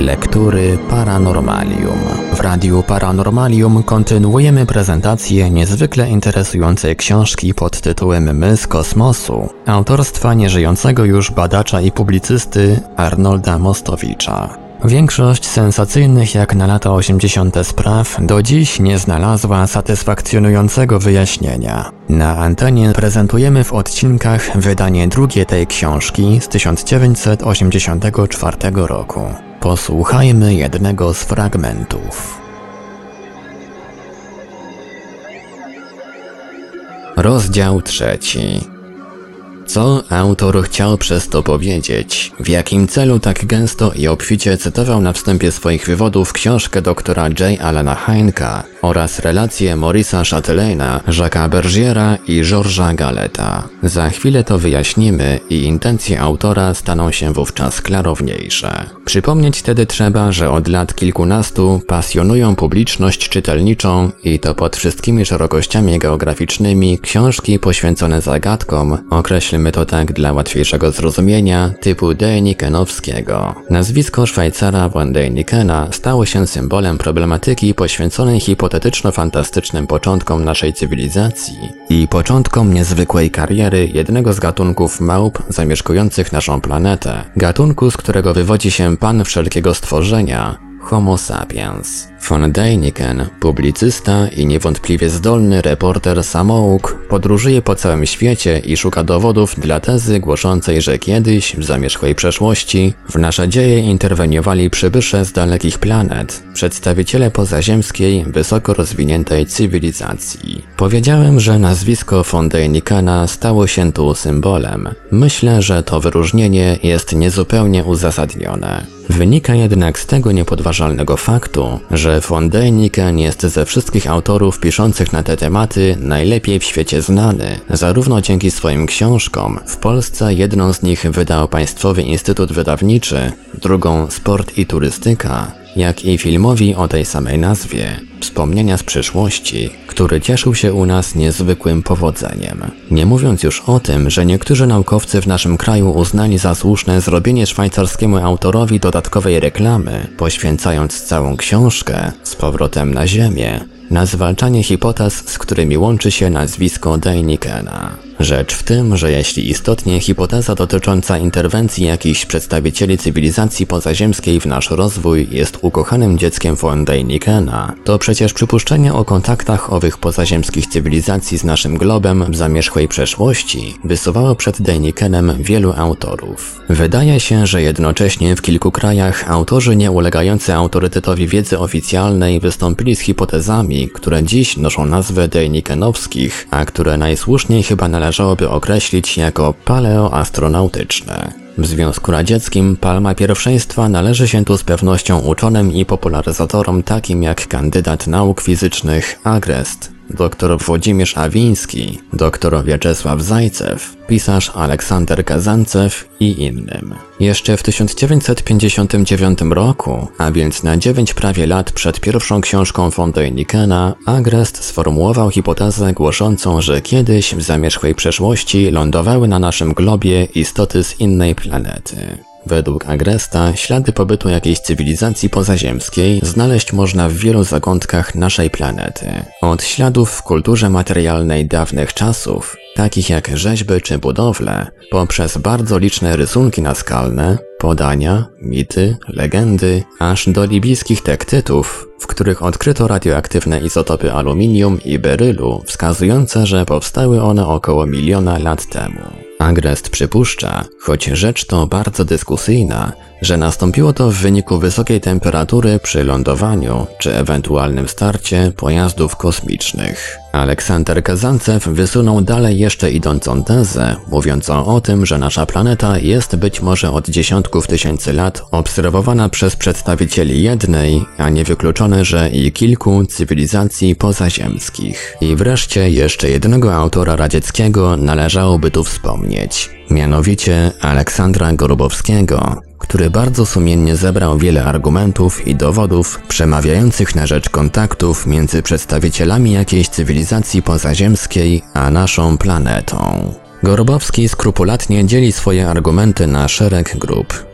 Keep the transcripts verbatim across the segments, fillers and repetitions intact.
Lektury Paranormalium. W Radiu Paranormalium kontynuujemy prezentację niezwykle interesującej książki pod tytułem My z kosmosu, autorstwa nieżyjącego już badacza i publicysty Arnolda Mostowicza. Większość sensacyjnych jak na lata osiemdziesiąte spraw do dziś nie znalazła satysfakcjonującego wyjaśnienia. Na antenie prezentujemy w odcinkach wydanie drugie tej książki z tysiąc dziewięćset osiemdziesiątego czwartego roku. Posłuchajmy jednego z fragmentów. Rozdział trzeci. Co autor chciał przez to powiedzieć? W jakim celu tak gęsto i obficie cytował na wstępie swoich wywodów książkę doktora J. Allena Hyneka oraz relacje Maurice'a Chatelaina, Jacques'a Bergiera i Georgesa Galeta. Za chwilę to wyjaśnimy i intencje autora staną się wówczas klarowniejsze. Przypomnieć wtedy trzeba, że od lat kilkunastu pasjonują publiczność czytelniczą i to pod wszystkimi szerokościami geograficznymi książki poświęcone zagadkom, określmy to tak dla łatwiejszego zrozumienia, typu Denikenowskiego. Nazwisko Szwajcara von Denikena stało się symbolem problematyki poświęconej hipotetyczno-fantastycznym początkom naszej cywilizacji i początkom niezwykłej kariery jednego z gatunków małp zamieszkujących naszą planetę, gatunku, z którego wywodzi się pan wszelkiego stworzenia, Homo sapiens. Von Däniken, publicysta i niewątpliwie zdolny reporter samouk, podróżuje po całym świecie i szuka dowodów dla tezy głoszącej, że kiedyś, w zamierzchłej przeszłości, w nasze dzieje interweniowali przybysze z dalekich planet, przedstawiciele pozaziemskiej, wysoko rozwiniętej cywilizacji. Powiedziałem, że nazwisko von Dänikena stało się tu symbolem. Myślę, że to wyróżnienie jest niezupełnie uzasadnione. Wynika jednak z tego niepodważalnego faktu, że von Däniken jest ze wszystkich autorów piszących na te tematy najlepiej w świecie znany, zarówno dzięki swoim książkom. W Polsce jedną z nich wydał Państwowy Instytut Wydawniczy, drugą Sport i Turystyka, jak i filmowi o tej samej nazwie, Wspomnienia z przyszłości, który cieszył się u nas niezwykłym powodzeniem. Nie mówiąc już o tym, że niektórzy naukowcy w naszym kraju uznali za słuszne zrobienie szwajcarskiemu autorowi dodatkowej reklamy, poświęcając całą książkę z powrotem na Ziemię na zwalczanie hipotez, z którymi łączy się nazwisko Dänikena. Rzecz w tym, że jeśli istotnie hipoteza dotycząca interwencji jakichś przedstawicieli cywilizacji pozaziemskiej w nasz rozwój jest ukochanym dzieckiem von Dänikena, to przecież przypuszczenie o kontaktach owych pozaziemskich cywilizacji z naszym globem w zamierzchłej przeszłości wysuwało przed Dänikenem wielu autorów. Wydaje się, że jednocześnie w kilku krajach autorzy nie ulegający autorytetowi wiedzy oficjalnej wystąpili z hipotezami, które dziś noszą nazwę Dänikenowskich, a które najsłuszniej chyba należałoby określić jako paleoastronautyczne. W Związku Radzieckim palma pierwszeństwa należy się tu z pewnością uczonym i popularyzatorom takim jak kandydat nauk fizycznych Agrest, dr Włodzimierz Awiński, dr Wiaczesław Zajcew, pisarz Aleksander Kazancew i innym. Jeszcze w tysiąc dziewięćset pięćdziesiątym dziewiątym roku, a więc na dziewięć prawie lat przed pierwszą książką von Dänikena, Agrest sformułował hipotezę głoszącą, że kiedyś w zamierzchłej przeszłości lądowały na naszym globie istoty z innej planety. Według Agresta ślady pobytu jakiejś cywilizacji pozaziemskiej znaleźć można w wielu zakątkach naszej planety. Od śladów w kulturze materialnej dawnych czasów, takich jak rzeźby czy budowle, poprzez bardzo liczne rysunki naskalne, podania, mity, legendy, aż do libijskich tektytów, w których odkryto radioaktywne izotopy aluminium i berylu, wskazujące, że powstały one około miliona lat temu. Agrest przypuszcza, choć rzecz to bardzo dyskusyjna, że nastąpiło to w wyniku wysokiej temperatury przy lądowaniu czy ewentualnym starcie pojazdów kosmicznych. Aleksander Kazancew wysunął dalej jeszcze idącą tezę, mówiącą o tym, że nasza planeta jest być może od dziesiątków tysięcy lat obserwowana przez przedstawicieli jednej, a nie wykluczone, że i kilku cywilizacji pozaziemskich. I wreszcie jeszcze jednego autora radzieckiego należałoby tu wspomnieć, mianowicie Aleksandra Gorubowskiego, który bardzo sumiennie zebrał wiele argumentów i dowodów przemawiających na rzecz kontaktów między przedstawicielami jakiejś cywilizacji pozaziemskiej a naszą planetą. Gorubowski skrupulatnie dzieli swoje argumenty na szereg grup.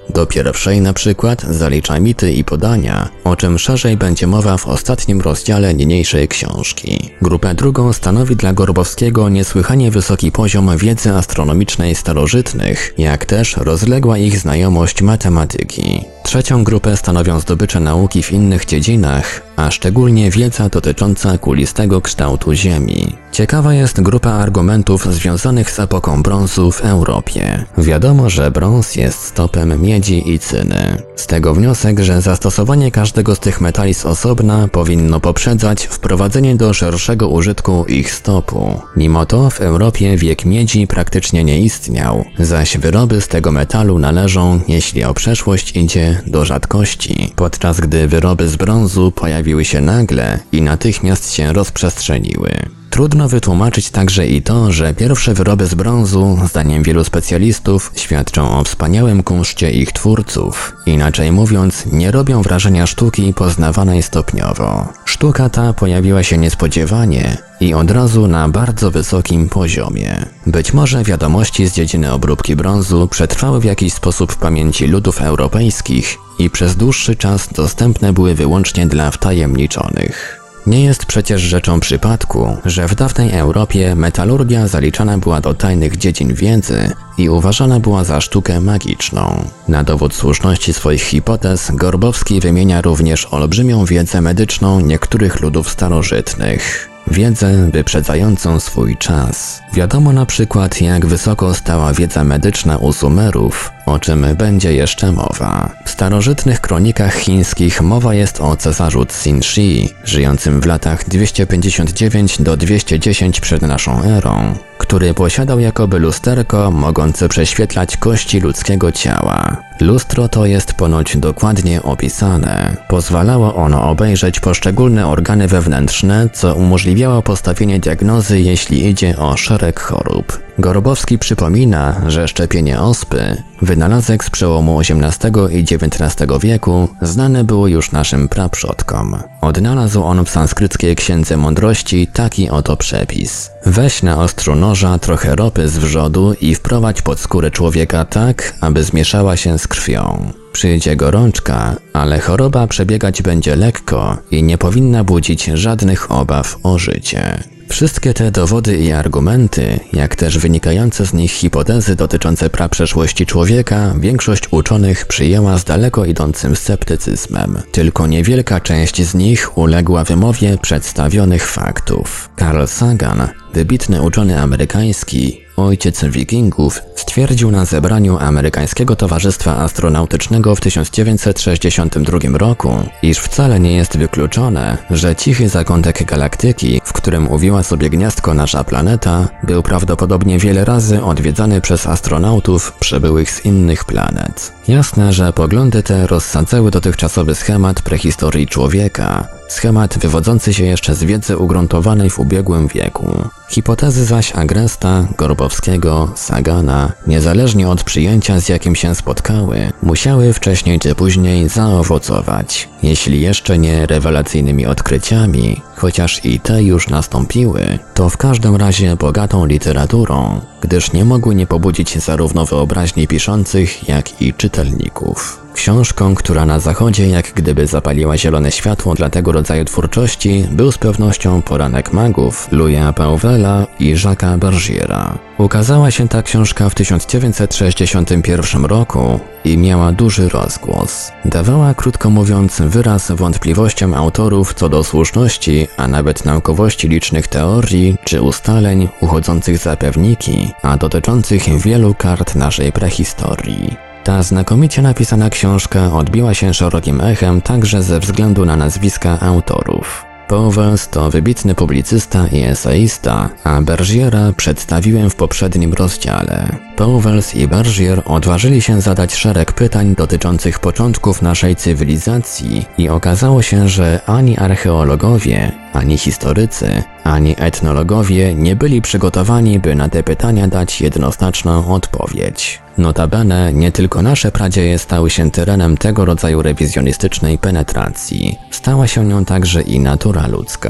Do pierwszej na przykład zalicza mity i podania, o czym szerzej będzie mowa w ostatnim rozdziale niniejszej książki. Grupę drugą stanowi dla Gorbowskiego niesłychanie wysoki poziom wiedzy astronomicznej starożytnych, jak też rozległa ich znajomość matematyki. Trzecią grupę stanowią zdobycze nauki w innych dziedzinach, a szczególnie wiedza dotycząca kulistego kształtu Ziemi. Ciekawa jest grupa argumentów związanych z epoką brązu w Europie. Wiadomo, że brąz jest stopem miedzi i cyny. Z tego wniosek, że zastosowanie każdego z tych metali z osobna powinno poprzedzać wprowadzenie do szerszego użytku ich stopu. Mimo to w Europie wiek miedzi praktycznie nie istniał, zaś wyroby z tego metalu należą, jeśli o przeszłość idzie, do rzadkości, podczas gdy wyroby z brązu pojawiły się nagle i natychmiast się rozprzestrzeniły. Trudno wytłumaczyć także i to, że pierwsze wyroby z brązu, zdaniem wielu specjalistów, świadczą o wspaniałym kunszcie ich twórców. Inaczej mówiąc, nie robią wrażenia sztuki poznawanej stopniowo. Sztuka ta pojawiła się niespodziewanie i od razu na bardzo wysokim poziomie. Być może wiadomości z dziedziny obróbki brązu przetrwały w jakiś sposób w pamięci ludów europejskich i przez dłuższy czas dostępne były wyłącznie dla wtajemniczonych. Nie jest przecież rzeczą przypadku, że w dawnej Europie metalurgia zaliczana była do tajnych dziedzin wiedzy i uważana była za sztukę magiczną. Na dowód słuszności swoich hipotez Gorbowski wymienia również olbrzymią wiedzę medyczną niektórych ludów starożytnych. Wiedzę wyprzedzającą swój czas. Wiadomo na przykład, jak wysoko stała wiedza medyczna u Sumerów, o czym będzie jeszcze mowa. W starożytnych kronikach chińskich mowa jest o cesarzu Cixi, żyjącym w latach dwieście pięćdziesiąt dziewięć do dwieście dziesięć przed naszą erą, który posiadał jakoby lusterko mogące prześwietlać kości ludzkiego ciała. Lustro to jest ponoć dokładnie opisane. Pozwalało ono obejrzeć poszczególne organy wewnętrzne, co umożliwiało postawienie diagnozy, jeśli idzie o szereg chorób. Gorbowski przypomina, że szczepienie ospy, wynalazek z przełomu osiemnastego i dziewiętnastego wieku, znane było już naszym praprzodkom. Odnalazł on w sanskryckiej księdze mądrości taki oto przepis. Weź na ostrzu noża trochę ropy z wrzodu i wprowadź pod skórę człowieka tak, aby zmieszała się z krwią. Przyjdzie gorączka, ale choroba przebiegać będzie lekko i nie powinna budzić żadnych obaw o życie. Wszystkie te dowody i argumenty, jak też wynikające z nich hipotezy dotyczące praprzeszłości człowieka, większość uczonych przyjęła z daleko idącym sceptycyzmem. Tylko niewielka część z nich uległa wymowie przedstawionych faktów. Carl Sagan, wybitny uczony amerykański, ojciec wikingów, stwierdził na zebraniu Amerykańskiego Towarzystwa Astronautycznego w tysiąc dziewięćset sześćdziesiątym drugim roku, iż wcale nie jest wykluczone, że cichy zakątek galaktyki, w którym uwiła sobie gniazdko nasza planeta, był prawdopodobnie wiele razy odwiedzany przez astronautów przybyłych z innych planet. Jasne, że poglądy te rozsadzały dotychczasowy schemat prehistorii człowieka, schemat wywodzący się jeszcze z wiedzy ugruntowanej w ubiegłym wieku. Hipotezy zaś Agresta, Gorbowskiego, Sagana, niezależnie od przyjęcia z jakim się spotkały, musiały wcześniej czy później zaowocować, jeśli jeszcze nie rewelacyjnymi odkryciami, chociaż i te już nastąpiły, to w każdym razie bogatą literaturą, gdyż nie mogły nie pobudzić zarówno wyobraźni piszących, jak i czytelników. Książką, która na zachodzie jak gdyby zapaliła zielone światło dla tego rodzaju twórczości, był z pewnością Poranek magów Louisa Pauwela i Jacques'a Bergiera. Ukazała się ta książka w tysiąc dziewięćset sześćdziesiątym pierwszym roku i miała duży rozgłos. Dawała, krótko mówiąc, wyraz wątpliwościom autorów co do słuszności, a nawet naukowości licznych teorii czy ustaleń uchodzących za pewniki, a dotyczących wielu kart naszej prehistorii. Ta znakomicie napisana książka odbiła się szerokim echem także ze względu na nazwiska autorów. Pauwels to wybitny publicysta i eseista, a Bergiera przedstawiłem w poprzednim rozdziale. Pauwels i Bergier odważyli się zadać szereg pytań dotyczących początków naszej cywilizacji i okazało się, że ani archeologowie, ani historycy, ani etnologowie nie byli przygotowani, by na te pytania dać jednoznaczną odpowiedź. Notabene nie tylko nasze pradzieje stały się terenem tego rodzaju rewizjonistycznej penetracji. Stała się nią także i natura ludzka.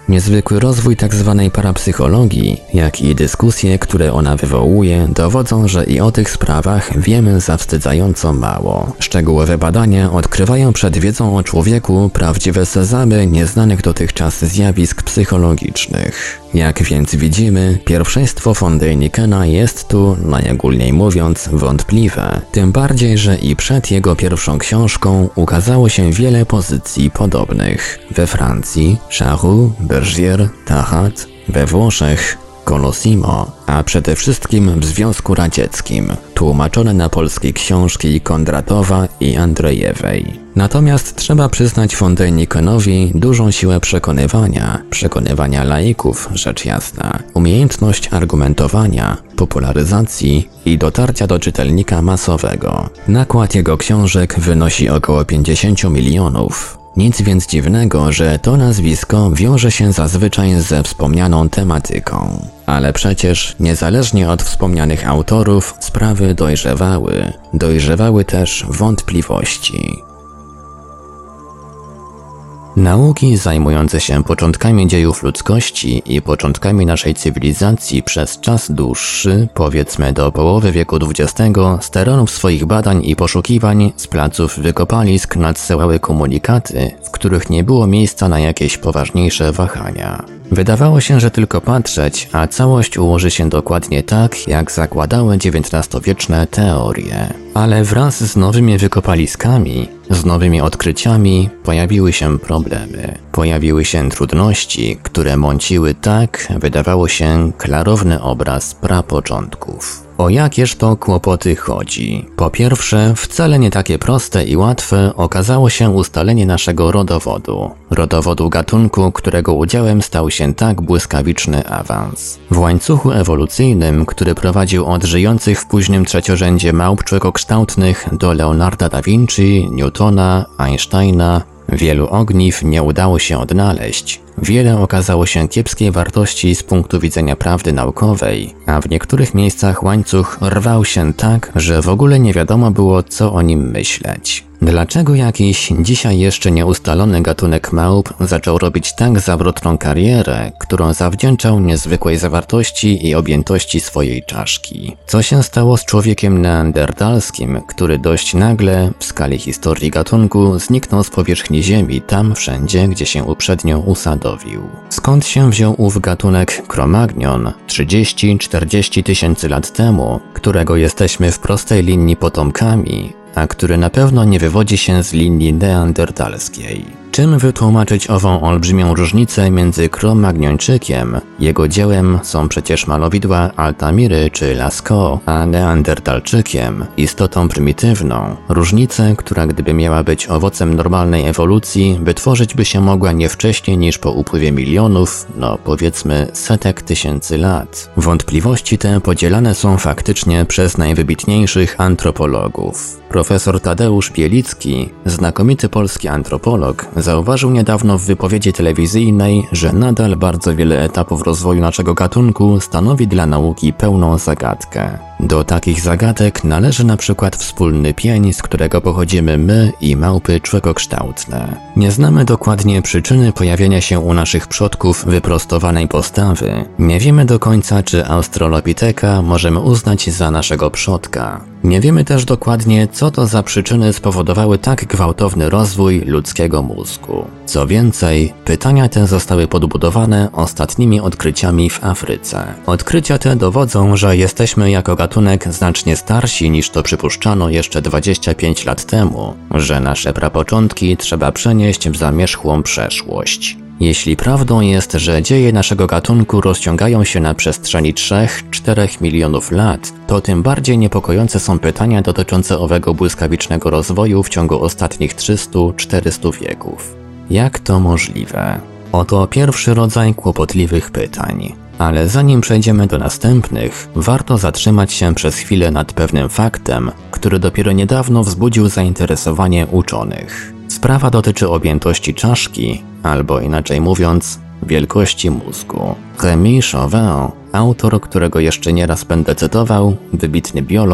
Niezwykły rozwój tzw. parapsychologii, jak i dyskusje, które ona wywołuje, dowodzą, że i o tych sprawach wiemy zawstydzająco mało. Szczegółowe badania odkrywają przed wiedzą o człowieku prawdziwe sezamy nieznanych dotychczas zjawisk psychologicznych. Jak więc widzimy, pierwszeństwo von Dänikena jest tu, najogólniej mówiąc, wątpliwe. Tym bardziej, że i przed jego pierwszą książką ukazało się wiele pozycji podobnych. We Francji Charroux, Bergier, Tachat, we Włoszech Colosimo, a przede wszystkim w Związku Radzieckim, tłumaczone na polskie książki Kondratowa i Andrejewej. Natomiast trzeba przyznać von Dänikenowi dużą siłę przekonywania, przekonywania laików, rzecz jasna, umiejętność argumentowania, popularyzacji i dotarcia do czytelnika masowego. Nakład jego książek wynosi około pięćdziesiąt milionów. Nic więc dziwnego, że to nazwisko wiąże się zazwyczaj ze wspomnianą tematyką. Ale przecież, niezależnie od wspomnianych autorów, sprawy dojrzewały. Dojrzewały też wątpliwości. Nauki zajmujące się początkami dziejów ludzkości i początkami naszej cywilizacji przez czas dłuższy, powiedzmy do połowy wieku dwudziestego, steroną swoich badań i poszukiwań z placów wykopalisk nadsyłały komunikaty, w których nie było miejsca na jakieś poważniejsze wahania. Wydawało się, że tylko patrzeć, a całość ułoży się dokładnie tak, jak zakładały dziewiętnastowieczne teorie. Ale wraz z nowymi wykopaliskami, z nowymi odkryciami pojawiły się problemy. Pojawiły się trudności, które mąciły tak, wydawało się, klarowny obraz prapoczątków. O jakież to kłopoty chodzi? Po pierwsze, wcale nie takie proste i łatwe okazało się ustalenie naszego rodowodu. Rodowodu gatunku, którego udziałem stał się tak błyskawiczny awans. W łańcuchu ewolucyjnym, który prowadził od żyjących w późnym trzeciorzędzie małp człowiekokształtnych do Leonarda da Vinci, Newtona, Einsteina, wielu ogniw nie udało się odnaleźć. Wiele okazało się kiepskiej wartości z punktu widzenia prawdy naukowej, a w niektórych miejscach łańcuch rwał się tak, że w ogóle nie wiadomo było, co o nim myśleć. Dlaczego jakiś dzisiaj jeszcze nieustalony gatunek małp zaczął robić tak zawrotną karierę, którą zawdzięczał niezwykłej zawartości i objętości swojej czaszki? Co się stało z człowiekiem neandertalskim, który dość nagle, w skali historii gatunku, zniknął z powierzchni Ziemi tam wszędzie, gdzie się uprzednio usadowił? Skąd się wziął ów gatunek Cro-Magnon trzydzieści czterdzieści tysięcy lat temu, którego jesteśmy w prostej linii potomkami, a który na pewno nie wywodzi się z linii neandertalskiej? Czym wytłumaczyć ową olbrzymią różnicę między Cro-Magniończykiem, jego dziełem są przecież malowidła Altamiry czy Lascaux, a neandertalczykiem, istotą prymitywną, różnicę, która gdyby miała być owocem normalnej ewolucji, wytworzyć by się mogła nie wcześniej niż po upływie milionów, no powiedzmy setek tysięcy lat. Wątpliwości te podzielane są faktycznie przez najwybitniejszych antropologów. Profesor Tadeusz Bielicki, znakomity polski antropolog, zauważył niedawno w wypowiedzi telewizyjnej, że nadal bardzo wiele etapów rozwoju naszego gatunku stanowi dla nauki pełną zagadkę. Do takich zagadek należy na przykład wspólny pień, z którego pochodzimy my i małpy człowiekokształtne. Nie znamy dokładnie przyczyny pojawienia się u naszych przodków wyprostowanej postawy. Nie wiemy do końca, czy Australopitheka możemy uznać za naszego przodka. Nie wiemy też dokładnie, co to za przyczyny spowodowały tak gwałtowny rozwój ludzkiego mózgu. Co więcej, pytania te zostały podbudowane ostatnimi odkryciami w Afryce. Odkrycia te dowodzą, że jesteśmy jako gatunek znacznie starsi niż to przypuszczano jeszcze dwadzieścia pięć lat temu, że nasze prapoczątki trzeba przenieść w zamierzchłą przeszłość. Jeśli prawdą jest, że dzieje naszego gatunku rozciągają się na przestrzeni trzech do czterech milionów lat, to tym bardziej niepokojące są pytania dotyczące owego błyskawicznego rozwoju w ciągu ostatnich trzystu do czterystu wieków. Jak to możliwe? Oto pierwszy rodzaj kłopotliwych pytań. Ale zanim przejdziemy do następnych, warto zatrzymać się przez chwilę nad pewnym faktem, który dopiero niedawno wzbudził zainteresowanie uczonych. Sprawa dotyczy objętości czaszki, albo inaczej mówiąc, wielkości mózgu. Rémy Chauvin, autor, którego jeszcze nieraz będę cytował, wybitny biolog,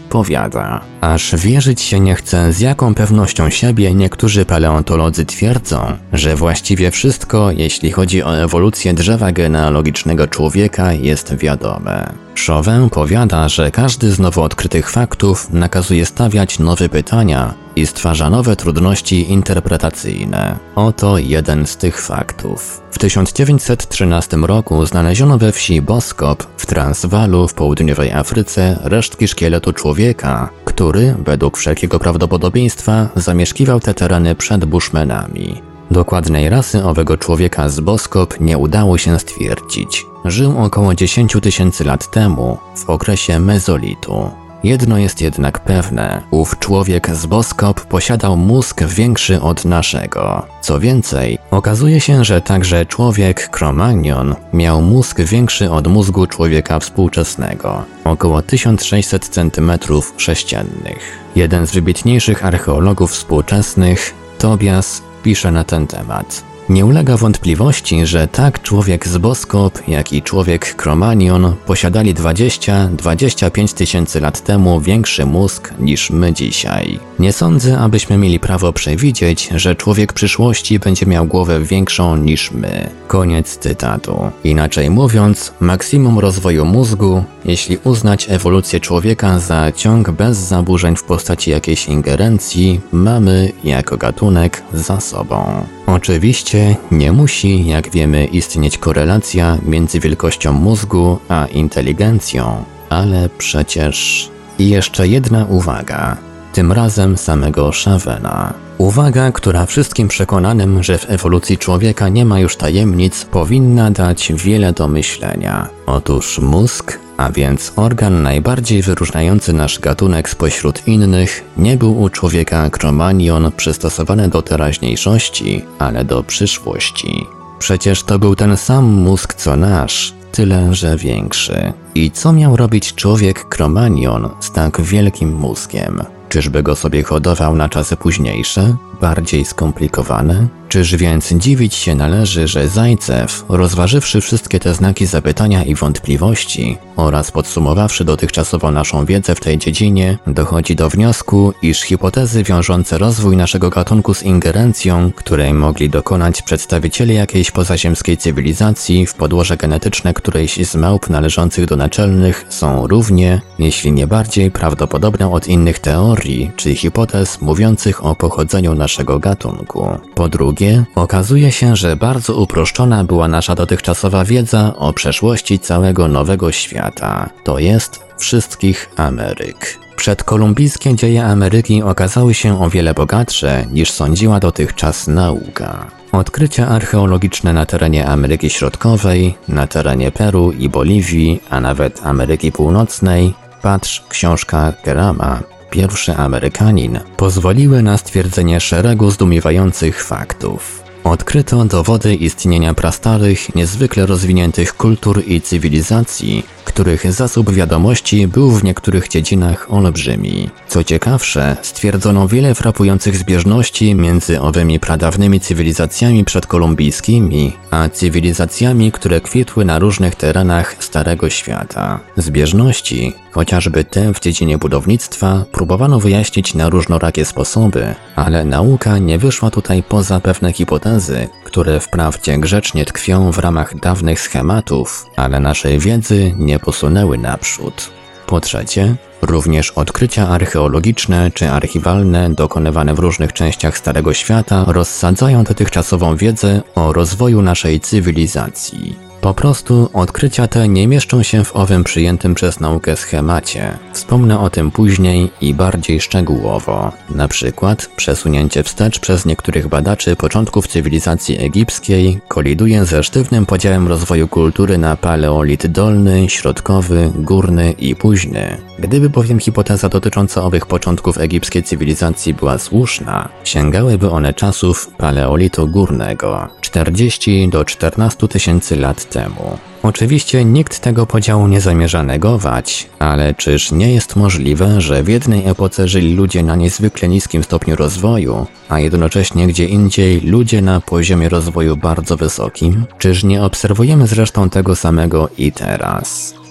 powiada: aż wierzyć się nie chce, z jaką pewnością siebie niektórzy paleontolodzy twierdzą, że właściwie wszystko, jeśli chodzi o ewolucję drzewa genealogicznego człowieka, jest wiadome. Chauvin powiada, że każdy z nowo odkrytych faktów nakazuje stawiać nowe pytania i stwarza nowe trudności interpretacyjne. Oto jeden z tych faktów. W tysiąc dziewięćset trzynastym roku znaleziono we wsi Boskop w Transwaalu w południowej Afryce resztki szkieletu człowieka, który, według wszelkiego prawdopodobieństwa, zamieszkiwał te tereny przed Bushmanami. Dokładnej rasy owego człowieka z Boskop nie udało się stwierdzić. Żył około dziesięć tysięcy lat temu, w okresie mezolitu. Jedno jest jednak pewne, ów człowiek z Boskop posiadał mózg większy od naszego. Co więcej, okazuje się, że także człowiek Cro-Magnon miał mózg większy od mózgu człowieka współczesnego, około tysiąc sześćset centymetrów sześciennych. Jeden z wybitniejszych archeologów współczesnych, Tobias, pisze na ten temat: nie ulega wątpliwości, że tak człowiek z Boskop, jak i człowiek Cro-Magnon posiadali dwadzieścia do dwudziestu pięciu tysięcy lat temu większy mózg niż my dzisiaj. Nie sądzę, abyśmy mieli prawo przewidzieć, że człowiek przyszłości będzie miał głowę większą niż my. Koniec cytatu. Inaczej mówiąc, maksimum rozwoju mózgu, jeśli uznać ewolucję człowieka za ciąg bez zaburzeń w postaci jakiejś ingerencji, mamy jako gatunek za sobą. Oczywiście nie musi, jak wiemy, istnieć korelacja między wielkością mózgu a inteligencją, ale przecież... I jeszcze jedna uwaga, tym razem samego Chauvina. Uwaga, która wszystkim przekonanym, że w ewolucji człowieka nie ma już tajemnic, powinna dać wiele do myślenia. Otóż mózg, a więc organ najbardziej wyróżniający nasz gatunek spośród innych, nie był u człowieka Cro-Magnon przystosowany do teraźniejszości, ale do przyszłości. Przecież to był ten sam mózg co nasz, tyle że większy. I co miał robić człowiek Cro-Magnon z tak wielkim mózgiem? Czyżby go sobie hodował na czasy późniejsze, bardziej skomplikowane? Czyż więc dziwić się należy, że Zajcew, rozważywszy wszystkie te znaki zapytania i wątpliwości oraz podsumowawszy dotychczasowo naszą wiedzę w tej dziedzinie, dochodzi do wniosku, iż hipotezy wiążące rozwój naszego gatunku z ingerencją, której mogli dokonać przedstawiciele jakiejś pozaziemskiej cywilizacji w podłoże genetyczne którejś z małp należących do naczelnych, są równie, jeśli nie bardziej prawdopodobne od innych teorii czy hipotez mówiących o pochodzeniu naszego gatunku. Po drugie, okazuje się, że bardzo uproszczona była nasza dotychczasowa wiedza o przeszłości całego Nowego Świata, to jest wszystkich Ameryk. Przedkolumbijskie dzieje Ameryki okazały się o wiele bogatsze niż sądziła dotychczas nauka. Odkrycia archeologiczne na terenie Ameryki Środkowej, na terenie Peru i Boliwii, a nawet Ameryki Północnej, patrz książka Kerama, Pierwszy Amerykanin, pozwoliły na stwierdzenie szeregu zdumiewających faktów. Odkryto dowody istnienia prastarych, niezwykle rozwiniętych kultur i cywilizacji, których zasób wiadomości był w niektórych dziedzinach olbrzymi. Co ciekawsze, stwierdzono wiele frapujących zbieżności między owymi pradawnymi cywilizacjami przedkolumbijskimi, a cywilizacjami, które kwitły na różnych terenach Starego Świata. Zbieżności, chociażby te w dziedzinie budownictwa, próbowano wyjaśnić na różnorakie sposoby, ale nauka nie wyszła tutaj poza pewne hipotezy, które wprawdzie grzecznie tkwią w ramach dawnych schematów, ale naszej wiedzy nie posunęły naprzód. Po trzecie, również odkrycia archeologiczne czy archiwalne dokonywane w różnych częściach Starego Świata rozsadzają dotychczasową wiedzę o rozwoju naszej cywilizacji. Po prostu odkrycia te nie mieszczą się w owym przyjętym przez naukę schemacie. Wspomnę o tym później i bardziej szczegółowo. Na przykład przesunięcie wstecz przez niektórych badaczy początków cywilizacji egipskiej koliduje ze sztywnym podziałem rozwoju kultury na paleolit dolny, środkowy, górny i późny. Gdyby bowiem hipoteza dotycząca owych początków egipskiej cywilizacji była słuszna, sięgałyby one czasów paleolitu górnego, czterdzieści do czternastu tysięcy lat temu. Oczywiście nikt tego podziału nie zamierza negować, ale czyż nie jest możliwe, że w jednej epoce żyli ludzie na niezwykle niskim stopniu rozwoju, a jednocześnie gdzie indziej ludzie na poziomie rozwoju bardzo wysokim? Czyż nie obserwujemy zresztą tego samego i teraz?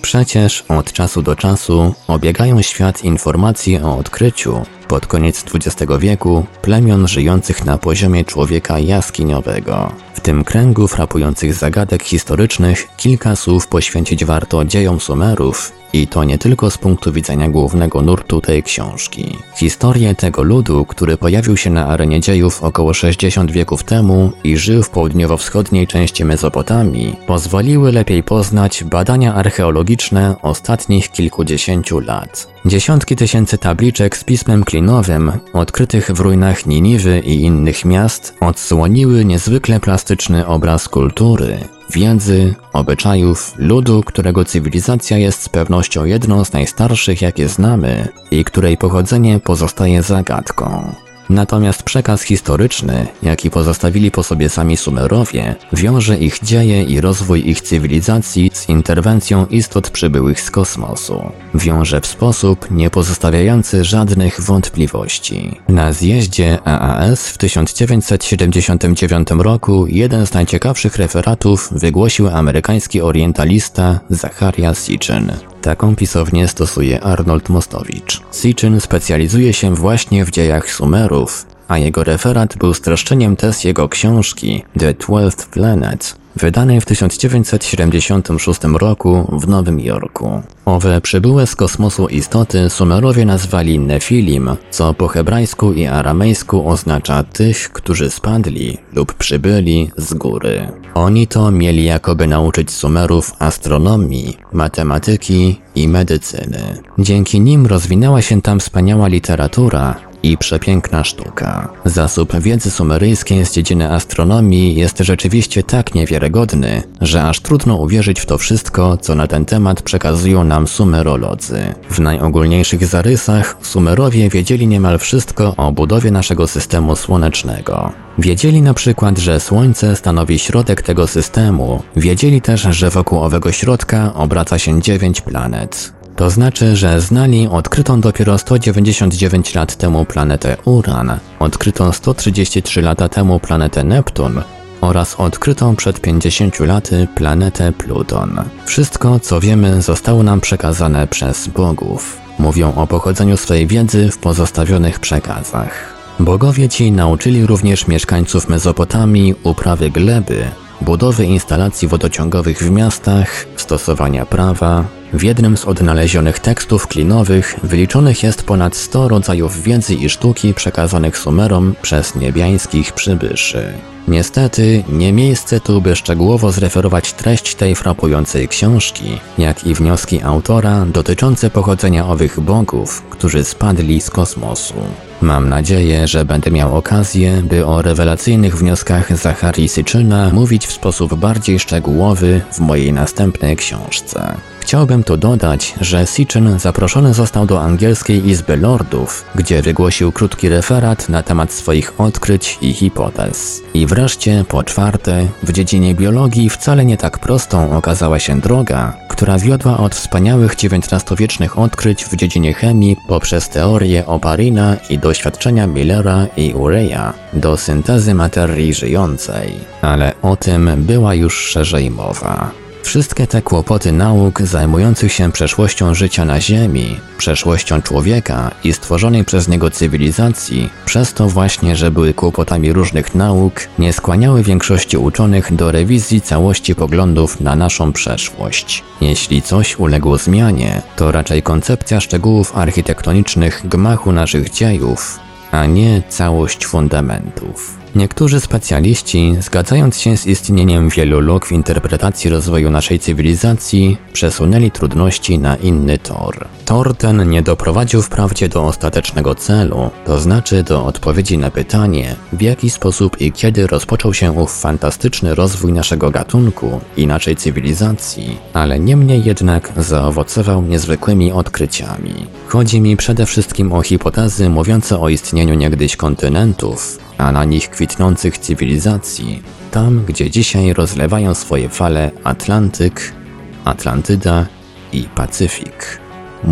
Przecież od czasu do czasu obiegają świat informacje o odkryciu, pod koniec dwudziestego wieku, plemion żyjących na poziomie człowieka jaskiniowego. W tym kręgu frapujących zagadek historycznych kilka słów poświęcić warto dziejom Sumerów, i to nie tylko z punktu widzenia głównego nurtu tej książki. Historię tego ludu, który pojawił się na arenie dziejów około sześćdziesiąt wieków temu i żył w południowo-wschodniej części Mezopotamii, pozwoliły lepiej poznać badania archeologiczne ostatnich kilkudziesięciu lat. Dziesiątki tysięcy tabliczek z pismem klinowym, odkrytych w ruinach Niniwy i innych miast, odsłoniły niezwykle plastyczny obraz kultury, wiedzy, obyczajów ludu, którego cywilizacja jest z pewnością jedną z najstarszych, jakie znamy i której pochodzenie pozostaje zagadką. Natomiast przekaz historyczny, jaki pozostawili po sobie sami Sumerowie, wiąże ich dzieje i rozwój ich cywilizacji z interwencją istot przybyłych z kosmosu. Wiąże w sposób nie pozostawiający żadnych wątpliwości. Na zjeździe A A S w tysiąc dziewięćset siedemdziesiątym dziewiątym roku jeden z najciekawszych referatów wygłosił amerykański orientalista Zachariah Sitchin. Taką pisownię stosuje Arnold Mostowicz. Sitchin specjalizuje się właśnie w dziejach Sumerów, a jego referat był streszczeniem tez jego książki The Twelfth Planet, wydanej w tysiąc dziewięćset siedemdziesiątym szóstym roku w Nowym Jorku. Owe przybyłe z kosmosu istoty Sumerowie nazwali Nefilim, co po hebrajsku i aramejsku oznacza tych, którzy spadli lub przybyli z góry. Oni to mieli jakoby nauczyć Sumerów astronomii, matematyki i medycyny. Dzięki nim rozwinęła się tam wspaniała literatura i przepiękna sztuka. Zasób wiedzy sumeryjskiej z dziedziny astronomii jest rzeczywiście tak niewiarygodny, że aż trudno uwierzyć w to wszystko, co na ten temat przekazują nam sumerolodzy. W najogólniejszych zarysach Sumerowie wiedzieli niemal wszystko o budowie naszego systemu słonecznego. Wiedzieli na przykład, że Słońce stanowi środek tego systemu. Wiedzieli też, że wokół owego środka obraca się dziewięć planet. To znaczy, że znali odkrytą dopiero sto dziewięćdziesiąt dziewięć lat temu planetę Uran, odkrytą sto trzydzieści trzy lata temu planetę Neptun oraz odkrytą przed pięćdziesięcioma laty planetę Pluton. Wszystko, co wiemy, zostało nam przekazane przez bogów. Mówią o pochodzeniu swojej wiedzy w pozostawionych przekazach. Bogowie ci nauczyli również mieszkańców Mezopotamii uprawy gleby, budowy instalacji wodociągowych w miastach, stosowania prawa. W jednym z odnalezionych tekstów klinowych wyliczonych jest ponad sto rodzajów wiedzy i sztuki przekazanych Sumerom przez niebiańskich przybyszy. Niestety, nie miejsce tu, by szczegółowo zreferować treść tej frapującej książki, jak i wnioski autora dotyczące pochodzenia owych bogów, którzy spadli z kosmosu. Mam nadzieję, że będę miał okazję, by o rewelacyjnych wnioskach Zacharii Sitchina mówić w sposób bardziej szczegółowy w mojej następnej książce. Chciałbym tu dodać, że Sitchin zaproszony został do angielskiej Izby Lordów, gdzie wygłosił krótki referat na temat swoich odkryć i hipotez. I wreszcie, po czwarte, w dziedzinie biologii wcale nie tak prostą okazała się droga, która wiodła od wspaniałych dziewiętnastowiecznych odkryć w dziedzinie chemii poprzez teorię Oparina i doświadczenia Millera i Urey'a do syntezy materii żyjącej. Ale o tym była już szerzej mowa. Wszystkie te kłopoty nauk zajmujących się przeszłością życia na Ziemi, przeszłością człowieka i stworzonej przez niego cywilizacji, przez to właśnie, że były kłopotami różnych nauk, nie skłaniały większości uczonych do rewizji całości poglądów na naszą przeszłość. Jeśli coś uległo zmianie, to raczej koncepcja szczegółów architektonicznych gmachu naszych dziejów, a nie całość fundamentów. Niektórzy specjaliści, zgadzając się z istnieniem wielu luk w interpretacji rozwoju naszej cywilizacji, przesunęli trudności na inny tor. Tor ten nie doprowadził wprawdzie do ostatecznego celu, to znaczy do odpowiedzi na pytanie, w jaki sposób i kiedy rozpoczął się ów fantastyczny rozwój naszego gatunku i naszej cywilizacji, ale niemniej jednak zaowocował niezwykłymi odkryciami. Chodzi mi przede wszystkim o hipotezy mówiące o istnieniu niegdyś kontynentów, a na nich kwitnących cywilizacji, tam gdzie dzisiaj rozlewają swoje fale Atlantyk, Atlantyda i Pacyfik. Mu.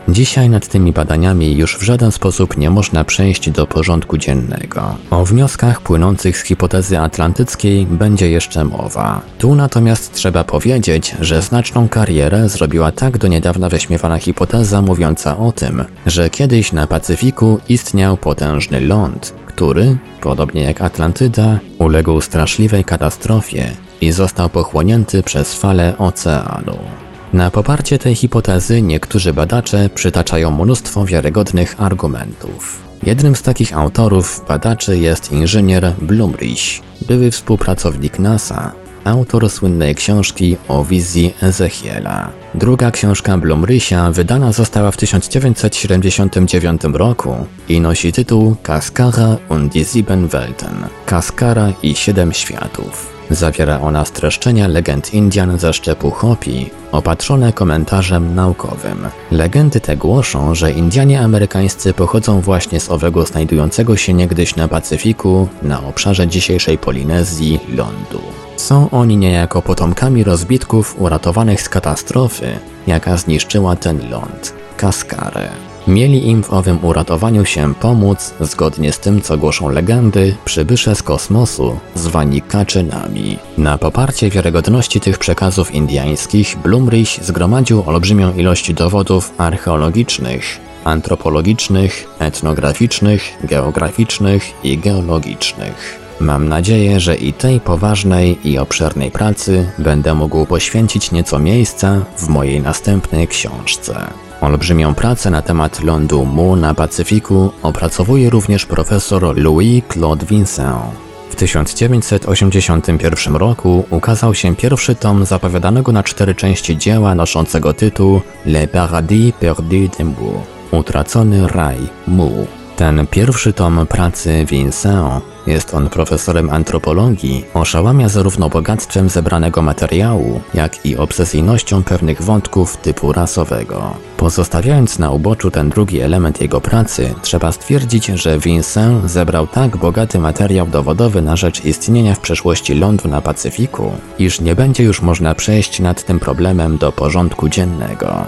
Dzisiaj nad tymi badaniami już w żaden sposób nie można przejść do porządku dziennego. O wnioskach płynących z hipotezy atlantyckiej będzie jeszcze mowa. Tu natomiast trzeba powiedzieć, że znaczną karierę zrobiła tak do niedawna wyśmiewana hipoteza mówiąca o tym, że kiedyś na Pacyfiku istniał potężny ląd, który, podobnie jak Atlantyda, uległ straszliwej katastrofie i został pochłonięty przez fale oceanu. Na poparcie tej hipotezy niektórzy badacze przytaczają mnóstwo wiarygodnych argumentów. Jednym z takich autorów badaczy jest inżynier Blumrich, były współpracownik NASA, autor słynnej książki o wizji Ezechiela. Druga książka Blumricha wydana została w tysiąc dziewięćset siedemdziesiątym dziewiątym roku i nosi tytuł Kaskara und die sieben Welten – Kaskara i siedem światów. Zawiera ona streszczenia legend Indian ze szczepu Hopi, opatrzone komentarzem naukowym. Legendy te głoszą, że Indianie amerykańscy pochodzą właśnie z owego znajdującego się niegdyś na Pacyfiku, na obszarze dzisiejszej Polinezji, lądu. Są oni niejako potomkami rozbitków uratowanych z katastrofy, jaka zniszczyła ten ląd – Kaskarę. Mieli im w owym uratowaniu się pomóc, zgodnie z tym co głoszą legendy, przybysze z kosmosu, zwani kaczynami. Na poparcie wiarygodności tych przekazów indiańskich Blumrich zgromadził olbrzymią ilość dowodów archeologicznych, antropologicznych, etnograficznych, geograficznych i geologicznych. Mam nadzieję, że i tej poważnej i obszernej pracy będę mógł poświęcić nieco miejsca w mojej następnej książce. Olbrzymią pracę na temat lądu Mu na Pacyfiku opracowuje również profesor Louis-Claude Vincent. W tysiąc dziewięćset osiemdziesiątym pierwszym roku ukazał się pierwszy tom zapowiadanego na cztery części dzieła noszącego tytuł Le Paradis perdu de Mu – Utracony raj Mu. Ten pierwszy tom pracy Vincent, jest on profesorem antropologii, oszałamia zarówno bogactwem zebranego materiału, jak i obsesyjnością pewnych wątków typu rasowego. Pozostawiając na uboczu ten drugi element jego pracy, trzeba stwierdzić, że Vincent zebrał tak bogaty materiał dowodowy na rzecz istnienia w przeszłości lądu na Pacyfiku, iż nie będzie już można przejść nad tym problemem do porządku dziennego.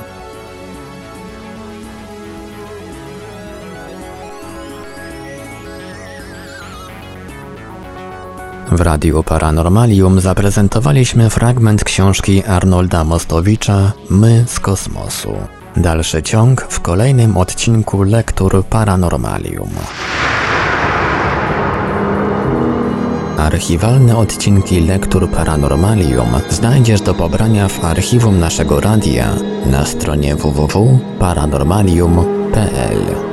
W Radiu Paranormalium zaprezentowaliśmy fragment książki Arnolda Mostowicza My z kosmosu. Dalszy ciąg w kolejnym odcinku Lektur Paranormalium. Archiwalne odcinki Lektur Paranormalium znajdziesz do pobrania w archiwum naszego radia na stronie w w w kropka paranormalium kropka p l.